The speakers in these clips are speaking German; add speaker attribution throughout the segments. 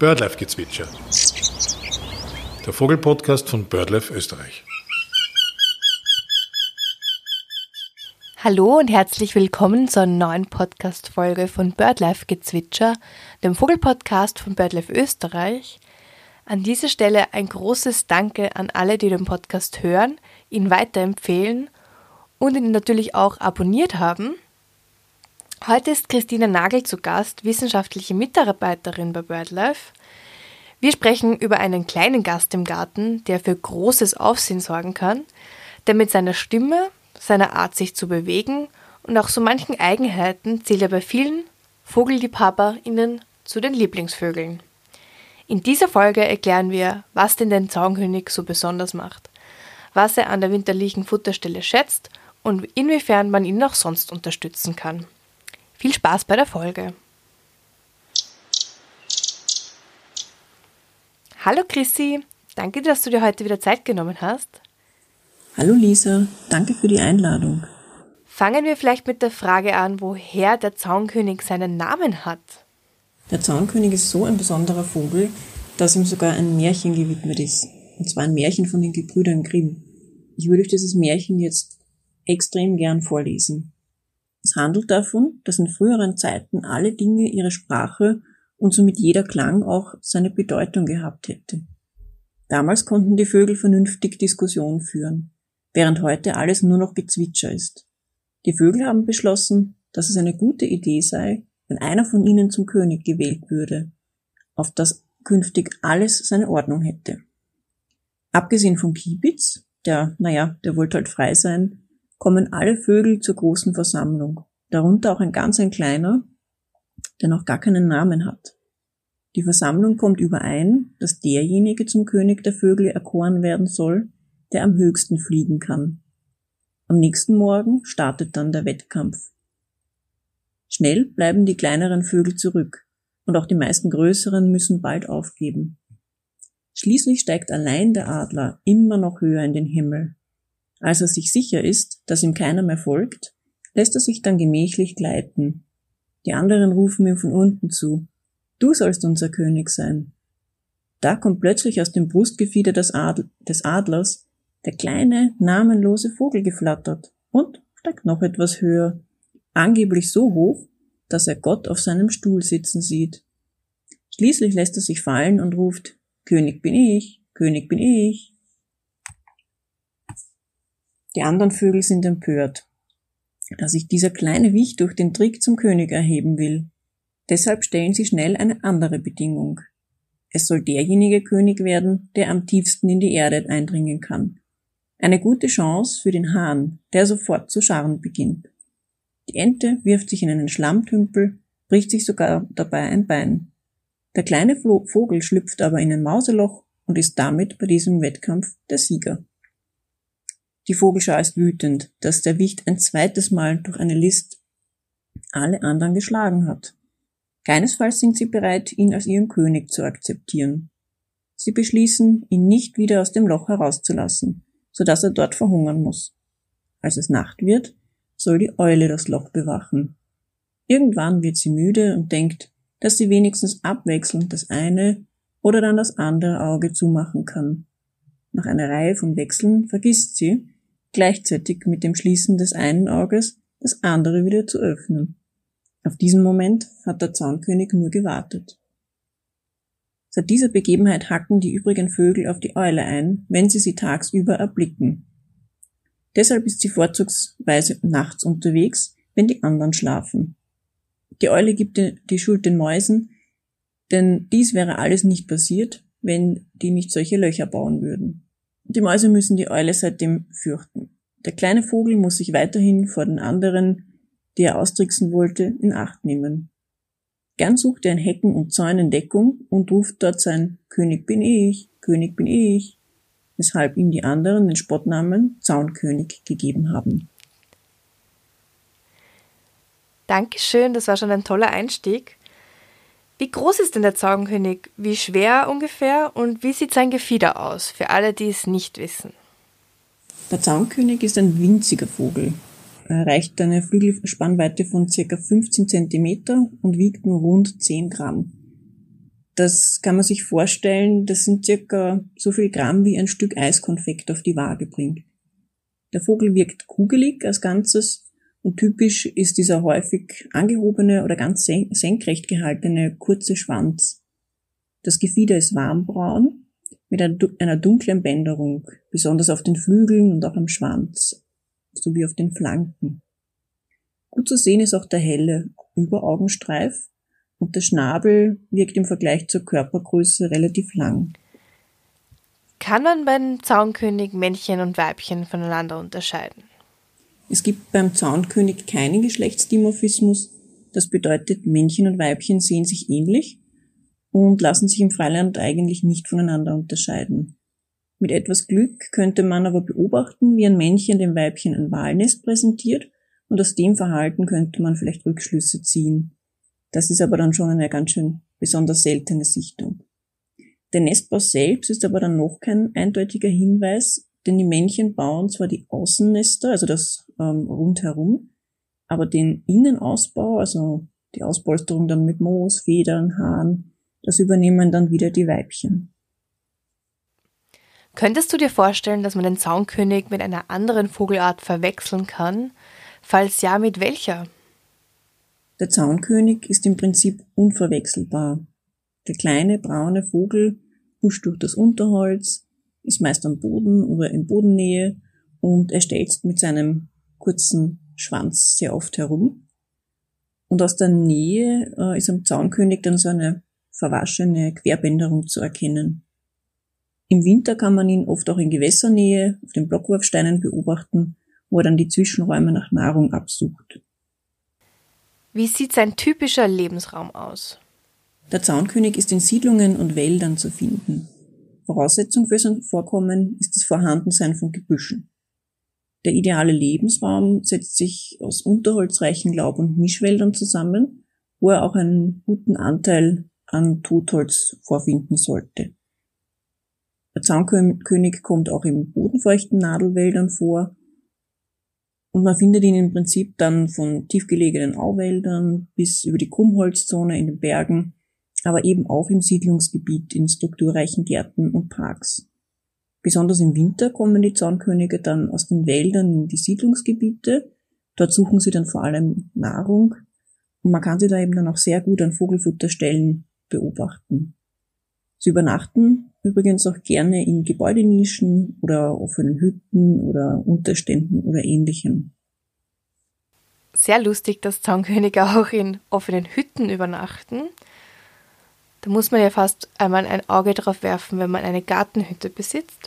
Speaker 1: Birdlife-Gezwitscher. Der Vogelpodcast von BirdLife Österreich.
Speaker 2: Hallo und herzlich willkommen zur neuen Podcast-Folge von Birdlife-Gezwitscher, dem Vogelpodcast von BirdLife Österreich. An dieser Stelle ein großes Danke an alle, die den Podcast hören, ihn weiterempfehlen und ihn natürlich auch abonniert haben. Heute ist Christina Nagel zu Gast, wissenschaftliche Mitarbeiterin bei BirdLife. Wir sprechen über einen kleinen Gast im Garten, der für großes Aufsehen sorgen kann, der mit seiner Stimme, seiner Art sich zu bewegen und auch so manchen Eigenheiten zählt er bei vielen VogelliebhaberInnen zu den Lieblingsvögeln. In dieser Folge erklären wir, was den Zaunkönig so besonders macht, was er an der winterlichen Futterstelle schätzt und inwiefern man ihn auch sonst unterstützen kann. Viel Spaß bei der Folge. Hallo Chrissy, danke, dass du dir heute wieder Zeit genommen hast.
Speaker 3: Hallo Lisa, danke für die Einladung.
Speaker 2: Fangen wir vielleicht mit der Frage an, woher der Zaunkönig seinen Namen hat.
Speaker 3: Der Zaunkönig ist so ein besonderer Vogel, dass ihm sogar ein Märchen gewidmet ist. Und zwar ein Märchen von den Gebrüdern Grimm. Ich würde euch dieses Märchen jetzt extrem gern vorlesen. Es handelt davon, dass in früheren Zeiten alle Dinge ihre Sprache und somit jeder Klang auch seine Bedeutung gehabt hätte. Damals konnten die Vögel vernünftig Diskussion führen, während heute alles nur noch Gezwitscher ist. Die Vögel haben beschlossen, dass es eine gute Idee sei, wenn einer von ihnen zum König gewählt würde, auf das künftig alles seine Ordnung hätte. Abgesehen vom Kiebitz, der wollte halt frei sein, kommen alle Vögel zur großen Versammlung, darunter auch ein kleiner, der noch gar keinen Namen hat. Die Versammlung kommt überein, dass derjenige zum König der Vögel erkoren werden soll, der am höchsten fliegen kann. Am nächsten Morgen startet dann der Wettkampf. Schnell bleiben die kleineren Vögel zurück und auch die meisten größeren müssen bald aufgeben. Schließlich steigt allein der Adler immer noch höher in den Himmel. Als er sich sicher ist, dass ihm keiner mehr folgt, lässt er sich dann gemächlich gleiten. Die anderen rufen ihm von unten zu: Du sollst unser König sein. Da kommt plötzlich aus dem Brustgefieder des Adlers der kleine, namenlose Vogel geflattert und steigt noch etwas höher, angeblich so hoch, dass er Gott auf seinem Stuhl sitzen sieht. Schließlich lässt er sich fallen und ruft: König bin ich, König bin ich. Die anderen Vögel sind empört, dass sich dieser kleine Wicht durch den Trick zum König erheben will. Deshalb stellen sie schnell eine andere Bedingung. Es soll derjenige König werden, der am tiefsten in die Erde eindringen kann. Eine gute Chance für den Hahn, der sofort zu scharren beginnt. Die Ente wirft sich in einen Schlammtümpel, bricht sich sogar dabei ein Bein. Der kleine Vogel schlüpft aber in ein Mauseloch und ist damit bei diesem Wettkampf der Sieger. Die Vogelschar ist wütend, dass der Wicht ein zweites Mal durch eine List alle anderen geschlagen hat. Keinesfalls sind sie bereit, ihn als ihren König zu akzeptieren. Sie beschließen, ihn nicht wieder aus dem Loch herauszulassen, sodass er dort verhungern muss. Als es Nacht wird, soll die Eule das Loch bewachen. Irgendwann wird sie müde und denkt, dass sie wenigstens abwechselnd das eine oder dann das andere Auge zumachen kann. Nach einer Reihe von Wechseln vergisst sie, gleichzeitig mit dem Schließen des einen Auges das andere wieder zu öffnen. Auf diesen Moment hat der Zaunkönig nur gewartet. Seit dieser Begebenheit hacken die übrigen Vögel auf die Eule ein, wenn sie tagsüber erblicken. Deshalb ist sie vorzugsweise nachts unterwegs, wenn die anderen schlafen. Die Eule gibt die Schuld den Mäusen, denn dies wäre alles nicht passiert, wenn die nicht solche Löcher bauen würden. Die Mäuse müssen die Eule seitdem fürchten. Der kleine Vogel muss sich weiterhin vor den anderen, die er austricksen wollte, in Acht nehmen. Gern sucht er in Hecken und Zäunen Deckung und ruft dort sein König bin ich, weshalb ihm die anderen den Spottnamen Zaunkönig gegeben haben.
Speaker 2: Dankeschön, das war schon ein toller Einstieg. Wie groß ist denn der Zaunkönig? Wie schwer ungefähr? Und wie sieht sein Gefieder aus, für alle, die es nicht wissen?
Speaker 3: Der Zaunkönig ist ein winziger Vogel. Er erreicht eine Flügelspannweite von ca. 15 cm und wiegt nur rund 10 Gramm. Das kann man sich vorstellen, das sind circa so viel Gramm, wie ein Stück Eiskonfekt auf die Waage bringt. Der Vogel wirkt kugelig als Ganzes und typisch ist dieser häufig angehobene oder ganz senkrecht gehaltene kurze Schwanz. Das Gefieder ist warmbraun mit einer dunklen Bänderung, besonders auf den Flügeln und auch am Schwanz, sowie auf den Flanken. Gut zu sehen ist auch der helle Überaugenstreif und der Schnabel wirkt im Vergleich zur Körpergröße relativ lang.
Speaker 2: Kann man beim Zaunkönig Männchen und Weibchen voneinander unterscheiden?
Speaker 3: Es gibt beim Zaunkönig keinen Geschlechtsdimorphismus. Das bedeutet, Männchen und Weibchen sehen sich ähnlich und lassen sich im Freiland eigentlich nicht voneinander unterscheiden. Mit etwas Glück könnte man aber beobachten, wie ein Männchen dem Weibchen ein Walnest präsentiert und aus dem Verhalten könnte man vielleicht Rückschlüsse ziehen. Das ist aber dann schon eine ganz schön besonders seltene Sichtung. Der Nestbau selbst ist aber dann noch kein eindeutiger Hinweis, denn die Männchen bauen zwar die Außennester, also das rundherum, aber den Innenausbau, also die Auspolsterung dann mit Moos, Federn, Haaren, das übernehmen dann wieder die Weibchen.
Speaker 2: Könntest du dir vorstellen, dass man den Zaunkönig mit einer anderen Vogelart verwechseln kann? Falls ja, mit welcher?
Speaker 3: Der Zaunkönig ist im Prinzip unverwechselbar. Der kleine braune Vogel huscht durch das Unterholz, ist meist am Boden oder in Bodennähe und er stelzt mit seinem kurzen Schwanz sehr oft herum. Und aus der Nähe ist am Zaunkönig dann so eine verwaschene Querbänderung zu erkennen. Im Winter kann man ihn oft auch in Gewässernähe auf den Blockwurfsteinen beobachten, wo er dann die Zwischenräume nach Nahrung absucht.
Speaker 2: Wie sieht sein typischer Lebensraum aus?
Speaker 3: Der Zaunkönig ist in Siedlungen und Wäldern zu finden. Voraussetzung für sein Vorkommen ist das Vorhandensein von Gebüschen. Der ideale Lebensraum setzt sich aus unterholzreichen Laub- und Mischwäldern zusammen, wo er auch einen guten Anteil an Totholz vorfinden sollte. Der Zaunkönig kommt auch in bodenfeuchten Nadelwäldern vor und man findet ihn im Prinzip dann von tiefgelegenen Auwäldern bis über die Krummholzzone in den Bergen, aber eben auch im Siedlungsgebiet in strukturreichen Gärten und Parks. Besonders im Winter kommen die Zaunkönige dann aus den Wäldern in die Siedlungsgebiete. Dort suchen sie dann vor allem Nahrung und man kann sie da eben dann auch sehr gut an Vogelfutterstellen beobachten. Sie übernachten übrigens auch gerne in Gebäudenischen oder offenen Hütten oder Unterständen oder Ähnlichem.
Speaker 2: Sehr lustig, dass Zaunkönige auch in offenen Hütten übernachten. Da muss man ja fast einmal ein Auge drauf werfen, wenn man eine Gartenhütte besitzt.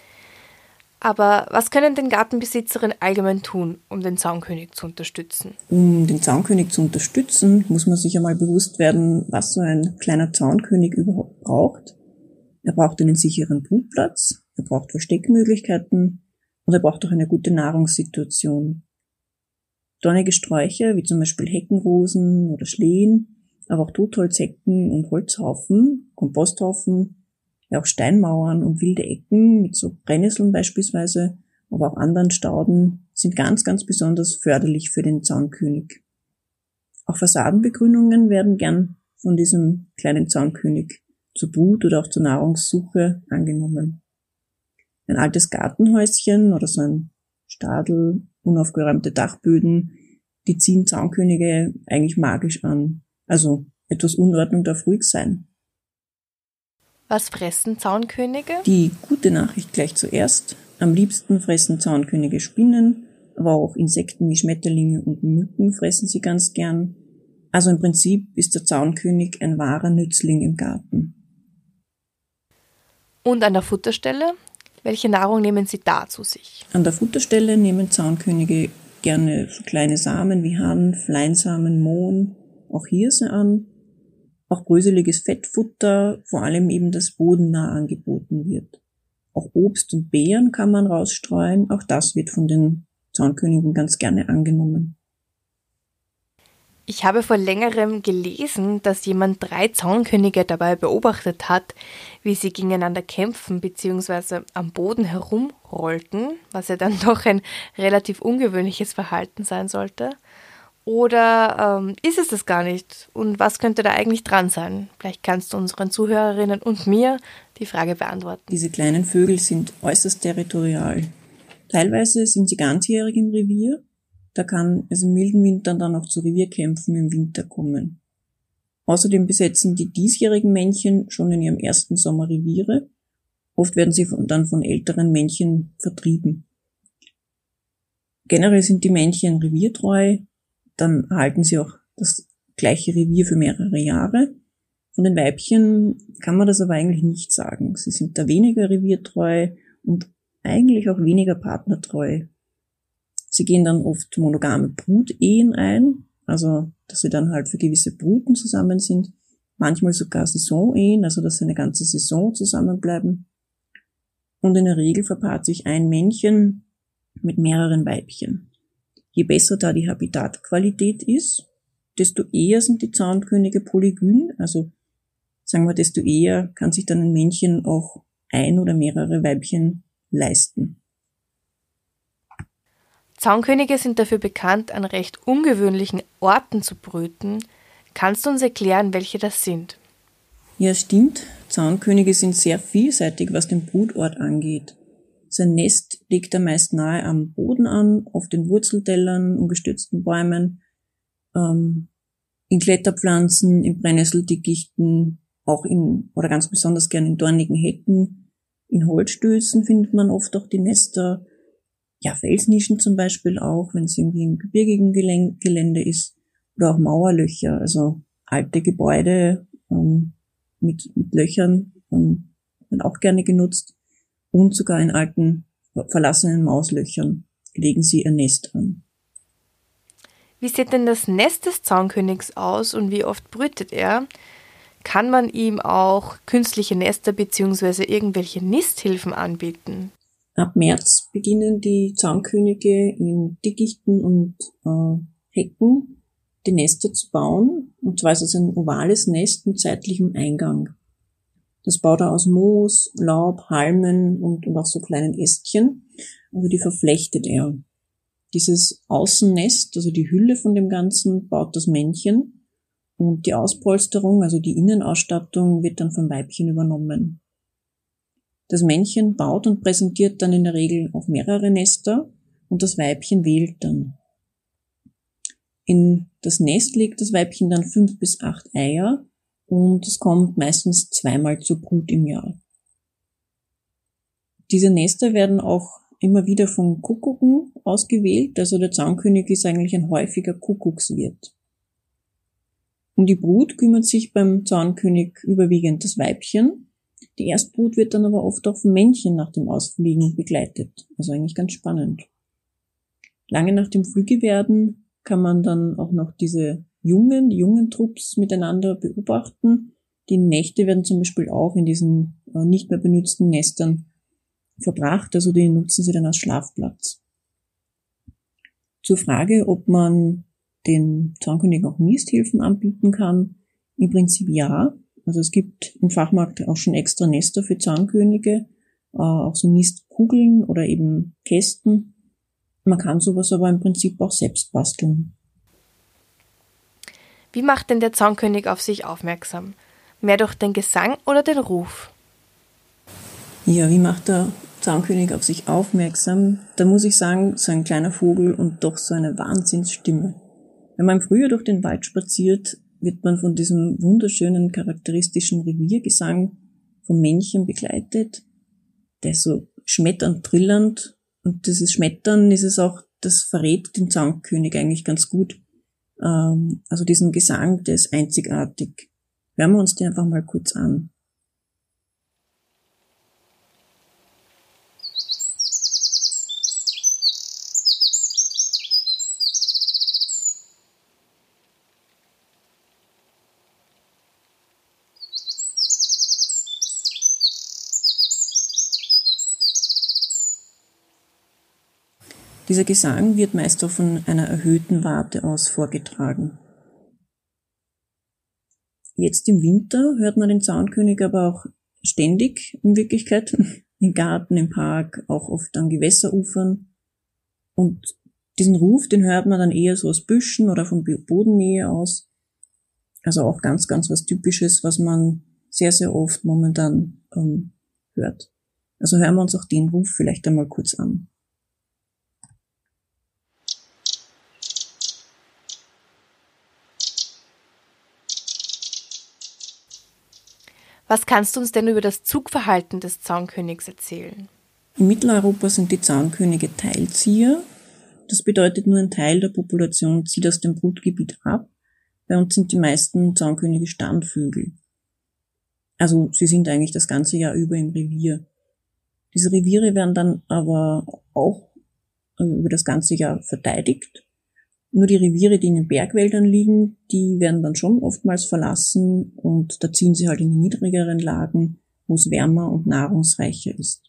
Speaker 2: Aber was können denn Gartenbesitzerinnen allgemein tun, um den Zaunkönig zu unterstützen?
Speaker 3: Um den Zaunkönig zu unterstützen, muss man sich einmal bewusst werden, was so ein kleiner Zaunkönig überhaupt braucht. Er braucht einen sicheren Brutplatz, er braucht Versteckmöglichkeiten und er braucht auch eine gute Nahrungssituation. Dornige Sträucher, wie zum Beispiel Heckenrosen oder Schlehen, aber auch Totholzhecken und Holzhaufen, Komposthaufen, ja auch Steinmauern und wilde Ecken mit so Brennnesseln beispielsweise, aber auch anderen Stauden sind ganz, ganz besonders förderlich für den Zaunkönig. Auch Fassadenbegrünungen werden gern von diesem kleinen Zaunkönig zur Brut oder auch zur Nahrungssuche angenommen. Ein altes Gartenhäuschen oder so ein Stadel, unaufgeräumte Dachböden, die ziehen Zaunkönige eigentlich magisch an. Also etwas Unordnung darf ruhig sein.
Speaker 2: Was fressen Zaunkönige?
Speaker 3: Die gute Nachricht gleich zuerst. Am liebsten fressen Zaunkönige Spinnen, aber auch Insekten wie Schmetterlinge und Mücken fressen sie ganz gern. Also im Prinzip ist der Zaunkönig ein wahrer Nützling im Garten.
Speaker 2: Und an der Futterstelle? Welche Nahrung nehmen sie da zu sich?
Speaker 3: An der Futterstelle nehmen Zaunkönige gerne so kleine Samen wie Hanf, Leinsamen, Mohn, auch Hirse an. Auch bröseliges Fettfutter, vor allem eben das bodennah angeboten wird. Auch Obst und Beeren kann man rausstreuen, auch das wird von den Zaunkönigen ganz gerne angenommen.
Speaker 2: Ich habe vor längerem gelesen, dass jemand 3 Zaunkönige dabei beobachtet hat, wie sie gegeneinander kämpfen bzw. am Boden herumrollten, was ja dann doch ein relativ ungewöhnliches Verhalten sein sollte. Oder ist es das gar nicht? Und was könnte da eigentlich dran sein? Vielleicht kannst du unseren Zuhörerinnen und mir die Frage beantworten.
Speaker 3: Diese kleinen Vögel sind äußerst territorial. Teilweise sind sie ganzjährig im Revier. Da kann es im milden Winter dann auch zu Revierkämpfen im Winter kommen. Außerdem besetzen die diesjährigen Männchen schon in ihrem ersten Sommer Reviere. Oft werden sie dann von älteren Männchen vertrieben. Generell sind die Männchen reviertreu, dann erhalten sie auch das gleiche Revier für mehrere Jahre. Von den Weibchen kann man das aber eigentlich nicht sagen. Sie sind da weniger reviertreu und eigentlich auch weniger partnertreu. Sie gehen dann oft monogame Brutehen ein, also dass sie dann halt für gewisse Bruten zusammen sind. Manchmal sogar Saisonehen, also dass sie eine ganze Saison zusammenbleiben. Und in der Regel verpaart sich ein Männchen mit mehreren Weibchen. Je besser da die Habitatqualität ist, desto eher sind die Zaunkönige polygyn, also sagen wir, desto eher kann sich dann ein Männchen auch ein oder mehrere Weibchen leisten.
Speaker 2: Zaunkönige sind dafür bekannt, an recht ungewöhnlichen Orten zu brüten. Kannst du uns erklären, welche das sind?
Speaker 3: Ja, stimmt. Zaunkönige sind sehr vielseitig, was den Brutort angeht. Sein Nest legt er meist nahe am Boden an, auf den Wurzeltellern, umgestürzten Bäumen, in Kletterpflanzen, in Brennnesseldickichten, auch oder ganz besonders gern in dornigen Hecken. In Holzstößen findet man oft auch die Nester. Ja, Felsnischen zum Beispiel auch, wenn es irgendwie im gebirgigen Gelände ist. Oder auch Mauerlöcher, also alte Gebäude mit Löchern werden auch gerne genutzt. Und sogar in alten, verlassenen Mauslöchern legen sie ihr Nest an.
Speaker 2: Wie sieht denn das Nest des Zaunkönigs aus und wie oft brütet er? Kann man ihm auch künstliche Nester bzw. irgendwelche Nisthilfen anbieten?
Speaker 3: Ab März beginnen die Zaunkönige in Dickichten und Hecken die Nester zu bauen. Und zwar ist es ein ovales Nest mit seitlichem Eingang. Das baut er aus Moos, Laub, Halmen und auch so kleinen Ästchen. Also die verflechtet er. Dieses Außennest, also die Hülle von dem Ganzen, baut das Männchen. Und die Auspolsterung, also die Innenausstattung, wird dann vom Weibchen übernommen. Das Männchen baut und präsentiert dann in der Regel auch mehrere Nester und das Weibchen wählt dann. In das Nest legt das Weibchen dann 5 bis 8 Eier und es kommt meistens zweimal zur Brut im Jahr. Diese Nester werden auch immer wieder von Kuckucken ausgewählt, also der Zaunkönig ist eigentlich ein häufiger Kuckuckswirt. Um die Brut kümmert sich beim Zaunkönig überwiegend das Weibchen. Die Erstbrut wird dann aber oft auch vom Männchen nach dem Ausfliegen begleitet. Also eigentlich ganz spannend. Lange nach dem Flüggewerden kann man dann auch noch die jungen Trupps miteinander beobachten. Die Nächte werden zum Beispiel auch in diesen nicht mehr benützten Nestern verbracht, also die nutzen sie dann als Schlafplatz. Zur Frage, ob man den Zaunkönigen auch Nisthilfen anbieten kann, im Prinzip ja. Also es gibt im Fachmarkt auch schon extra Nester für Zaunkönige, auch so Nistkugeln oder eben Kästen. Man kann sowas aber im Prinzip auch selbst basteln.
Speaker 2: Wie macht denn der Zaunkönig auf sich aufmerksam? Mehr durch den Gesang oder den Ruf?
Speaker 3: Ja, wie macht der Zaunkönig auf sich aufmerksam? Da muss ich sagen, so ein kleiner Vogel und doch so eine Wahnsinnsstimme. Wenn man im Frühjahr durch den Wald spaziert, wird man von diesem wunderschönen, charakteristischen Reviergesang vom Männchen begleitet. Der ist so schmetternd, trillernd. Und dieses Schmettern ist es auch, das verrät den Zaunkönig eigentlich ganz gut. Also diesen Gesang, der ist einzigartig. Hören wir uns den einfach mal kurz an. Dieser Gesang wird meist auch von einer erhöhten Warte aus vorgetragen. Jetzt im Winter hört man den Zaunkönig aber auch ständig in Wirklichkeit, im Garten, im Park, auch oft an Gewässerufern. Und Diesen Ruf, den hört man dann eher so aus Büschen oder von Bodennähe aus. Also auch ganz, ganz was Typisches, was man sehr, sehr oft momentan hört. Also hören wir uns auch den Ruf vielleicht einmal kurz an.
Speaker 2: Was kannst du uns denn über das Zugverhalten des Zaunkönigs erzählen?
Speaker 3: In Mitteleuropa sind die Zaunkönige Teilzieher. Das bedeutet, nur ein Teil der Population zieht aus dem Brutgebiet ab. Bei uns sind die meisten Zaunkönige Standvögel. Also sie sind eigentlich das ganze Jahr über im Revier. Diese Reviere werden dann aber auch über das ganze Jahr verteidigt. Nur die Reviere, die in den Bergwäldern liegen, die werden dann schon oftmals verlassen und da ziehen sie halt in die niedrigeren Lagen, wo es wärmer und nahrungsreicher ist.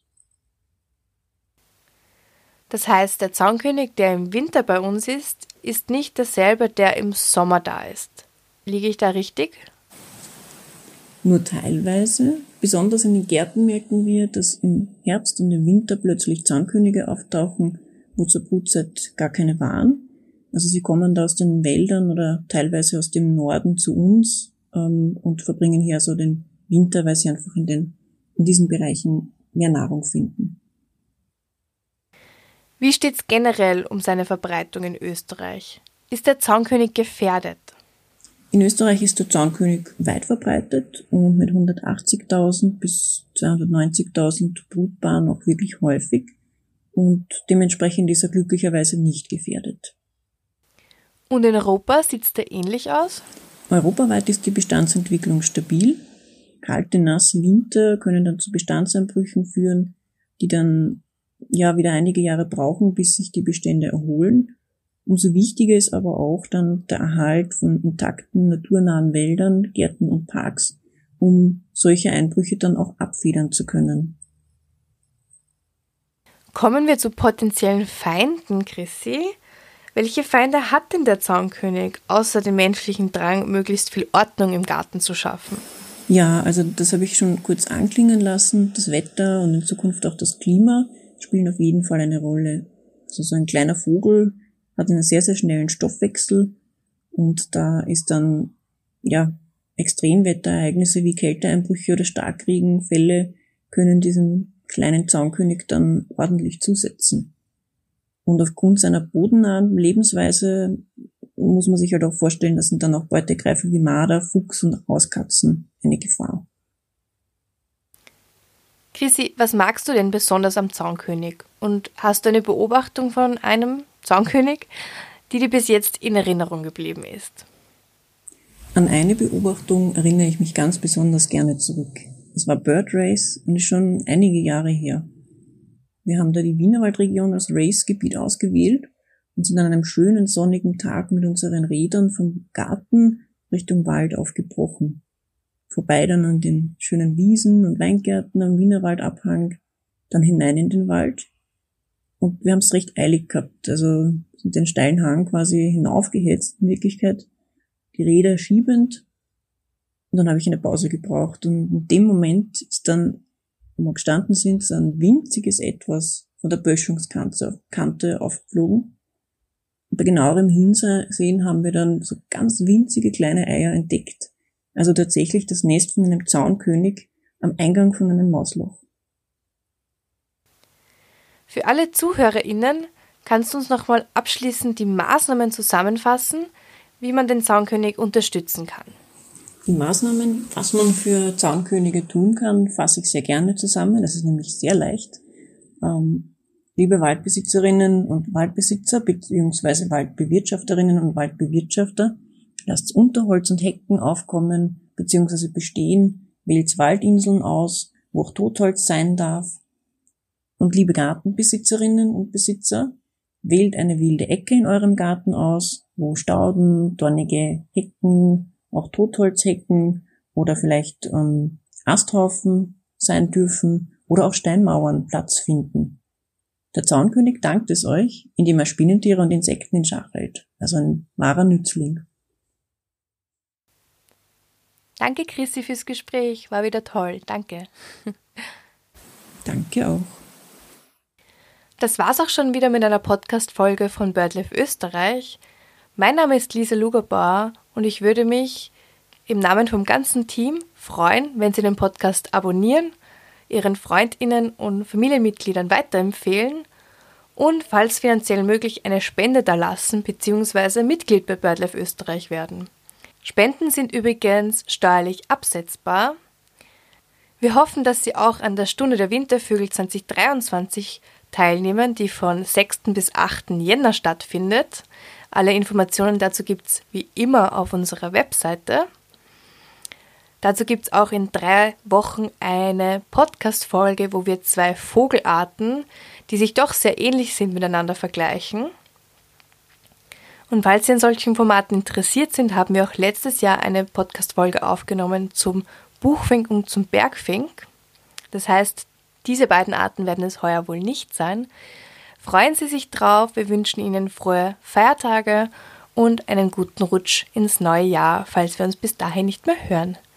Speaker 2: Das heißt, der Zaunkönig, der im Winter bei uns ist nicht derselbe, der im Sommer da ist. Liege ich da richtig?
Speaker 3: Nur teilweise. Besonders in den Gärten merken wir, dass im Herbst und im Winter plötzlich Zaunkönige auftauchen, wo zur Brutzeit gar keine waren. Also sie kommen da aus den Wäldern oder teilweise aus dem Norden zu uns und verbringen hier so den Winter, weil sie einfach in diesen Bereichen mehr Nahrung finden.
Speaker 2: Wie steht's generell um seine Verbreitung in Österreich? Ist der Zaunkönig gefährdet?
Speaker 3: In Österreich ist der Zaunkönig weit verbreitet und mit 180.000 bis 290.000 Brutpaaren auch wirklich häufig und dementsprechend ist er glücklicherweise nicht gefährdet.
Speaker 2: Und in Europa sieht's da ähnlich aus?
Speaker 3: Europaweit ist die Bestandsentwicklung stabil. Kalte, nasse Winter können dann zu Bestandseinbrüchen führen, die dann wieder einige Jahre brauchen, bis sich die Bestände erholen. Umso wichtiger ist aber auch dann der Erhalt von intakten, naturnahen Wäldern, Gärten und Parks, um solche Einbrüche dann auch abfedern zu können.
Speaker 2: Kommen wir zu potenziellen Feinden, Chrissy. Welche Feinde hat denn der Zaunkönig, außer dem menschlichen Drang, möglichst viel Ordnung im Garten zu schaffen?
Speaker 3: Ja, also das habe ich schon kurz anklingen lassen. Das Wetter und in Zukunft auch das Klima spielen auf jeden Fall eine Rolle. Also so ein kleiner Vogel hat einen sehr, sehr schnellen Stoffwechsel und da ist dann, Extremwetterereignisse wie Kälteeinbrüche oder Starkregenfälle können diesem kleinen Zaunkönig dann ordentlich zusetzen. Und aufgrund seiner bodennahen Lebensweise muss man sich halt auch vorstellen, dass sind dann auch Beutegreifer wie Marder, Fuchs und Hauskatzen eine Gefahr.
Speaker 2: Chrissy, was magst du denn besonders am Zaunkönig? Und hast du eine Beobachtung von einem Zaunkönig, die dir bis jetzt in Erinnerung geblieben ist?
Speaker 3: An eine Beobachtung erinnere ich mich ganz besonders gerne zurück. Es war Bird Race und ist schon einige Jahre her. Wir haben da die Wienerwaldregion als Race-Gebiet ausgewählt und sind an einem schönen sonnigen Tag mit unseren Rädern vom Garten Richtung Wald aufgebrochen. Vorbei dann an den schönen Wiesen und Weingärten am Wienerwaldabhang, dann hinein in den Wald. Und wir haben es recht eilig gehabt, also sind den steilen Hang quasi hinaufgehetzt in Wirklichkeit, die Räder schiebend. Und dann habe ich eine Pause gebraucht und in dem Moment ist dann, wo wir gestanden sind, so ein winziges Etwas von der Böschungskante aufgeflogen. Und bei genauerem Hinsehen haben wir dann so ganz winzige kleine Eier entdeckt. Also tatsächlich das Nest von einem Zaunkönig am Eingang von einem Mausloch.
Speaker 2: Für alle ZuhörerInnen kannst du uns nochmal abschließend die Maßnahmen zusammenfassen, wie man den Zaunkönig unterstützen kann.
Speaker 3: Die Maßnahmen, was man für Zaunkönige tun kann, fasse ich sehr gerne zusammen. Das ist nämlich sehr leicht. Liebe Waldbesitzerinnen und Waldbesitzer bzw. Waldbewirtschafterinnen und Waldbewirtschafter, lasst Unterholz und Hecken aufkommen bzw. bestehen, wählt Waldinseln aus, wo auch Totholz sein darf. Und liebe Gartenbesitzerinnen und Besitzer, wählt eine wilde Ecke in eurem Garten aus, wo Stauden, dornige Hecken, auch Totholzhecken oder vielleicht Asthaufen sein dürfen oder auch Steinmauern Platz finden. Der Zaunkönig dankt es euch, indem er Spinnentiere und Insekten in Schach hält. Also ein wahrer Nützling.
Speaker 2: Danke, Chrissy, fürs Gespräch. War wieder toll. Danke.
Speaker 3: Danke auch.
Speaker 2: Das war's auch schon wieder mit einer Podcast-Folge von BirdLife Österreich. Mein Name ist Lisa Lugerbauer und ich würde mich im Namen vom ganzen Team freuen, wenn Sie den Podcast abonnieren, Ihren FreundInnen und Familienmitgliedern weiterempfehlen und falls finanziell möglich eine Spende dalassen bzw. Mitglied bei BirdLife Österreich werden. Spenden sind übrigens steuerlich absetzbar. Wir hoffen, dass Sie auch an der Stunde der Wintervögel 2023 teilnehmen, die von 6. bis 8. Jänner stattfindet. Alle Informationen dazu gibt es wie immer auf unserer Webseite. Dazu gibt es auch in 3 Wochen eine Podcast-Folge, wo wir 2 Vogelarten, die sich doch sehr ähnlich sind, miteinander vergleichen. Und falls Sie an solchen Formaten interessiert sind, haben wir auch letztes Jahr eine Podcast-Folge aufgenommen zum Buchfink und zum Bergfink. Das heißt, diese beiden Arten werden es heuer wohl nicht sein. Freuen Sie sich drauf, wir wünschen Ihnen frohe Feiertage und einen guten Rutsch ins neue Jahr, falls wir uns bis dahin nicht mehr hören.